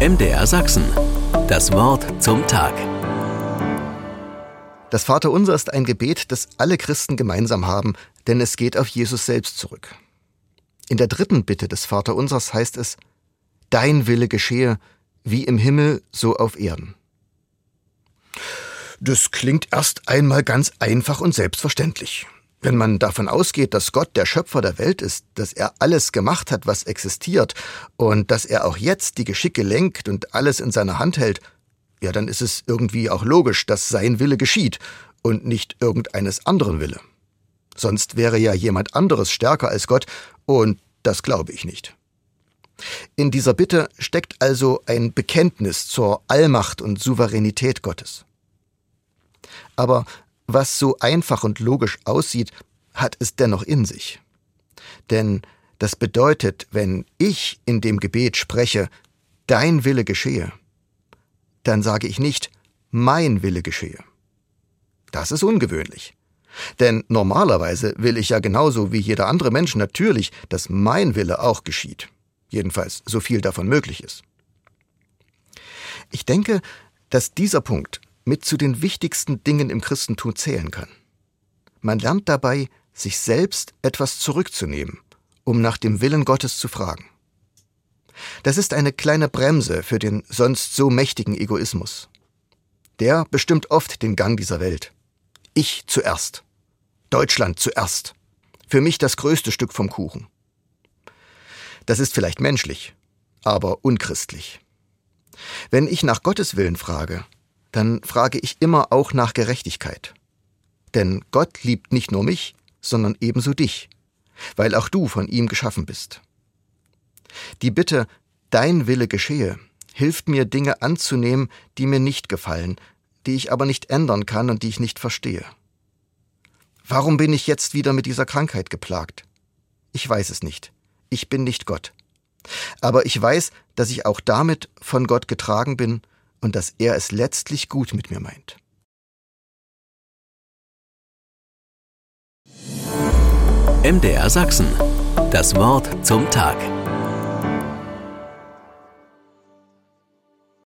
MDR Sachsen. Das Wort zum Tag. Das Vaterunser ist ein Gebet, das alle Christen gemeinsam haben, denn es geht auf Jesus selbst zurück. In der dritten Bitte des Vaterunsers heißt es: Dein Wille geschehe, wie im Himmel, so auf Erden. Das klingt erst einmal ganz einfach und selbstverständlich. Wenn man davon ausgeht, dass Gott der Schöpfer der Welt ist, dass er alles gemacht hat, was existiert, und dass er auch jetzt die Geschicke lenkt und alles in seiner Hand hält, ja, dann ist es irgendwie auch logisch, dass sein Wille geschieht und nicht irgendeines anderen Wille. Sonst wäre ja jemand anderes stärker als Gott, und das glaube ich nicht. In dieser Bitte steckt also ein Bekenntnis zur Allmacht und Souveränität Gottes. Aber was so einfach und logisch aussieht, hat es dennoch in sich. Denn das bedeutet, wenn ich in dem Gebet spreche, dein Wille geschehe, dann sage ich nicht, mein Wille geschehe. Das ist ungewöhnlich. Denn normalerweise will ich ja genauso wie jeder andere Mensch natürlich, dass mein Wille auch geschieht. Jedenfalls so viel davon möglich ist. Ich denke, dass dieser Punkt mit zu den wichtigsten Dingen im Christentum zählen kann. Man lernt dabei, sich selbst etwas zurückzunehmen, um nach dem Willen Gottes zu fragen. Das ist eine kleine Bremse für den sonst so mächtigen Egoismus. Der bestimmt oft den Gang dieser Welt. Ich zuerst. Deutschland zuerst. Für mich das größte Stück vom Kuchen. Das ist vielleicht menschlich, aber unchristlich. Wenn ich nach Gottes Willen frage, dann frage ich immer auch nach Gerechtigkeit. Denn Gott liebt nicht nur mich, sondern ebenso dich, weil auch du von ihm geschaffen bist. Die Bitte, dein Wille geschehe, hilft mir, Dinge anzunehmen, die mir nicht gefallen, die ich aber nicht ändern kann und die ich nicht verstehe. Warum bin ich jetzt wieder mit dieser Krankheit geplagt? Ich weiß es nicht. Ich bin nicht Gott. Aber ich weiß, dass ich auch damit von Gott getragen bin und dass er es letztlich gut mit mir meint. MDR Sachsen. Das Wort zum Tag.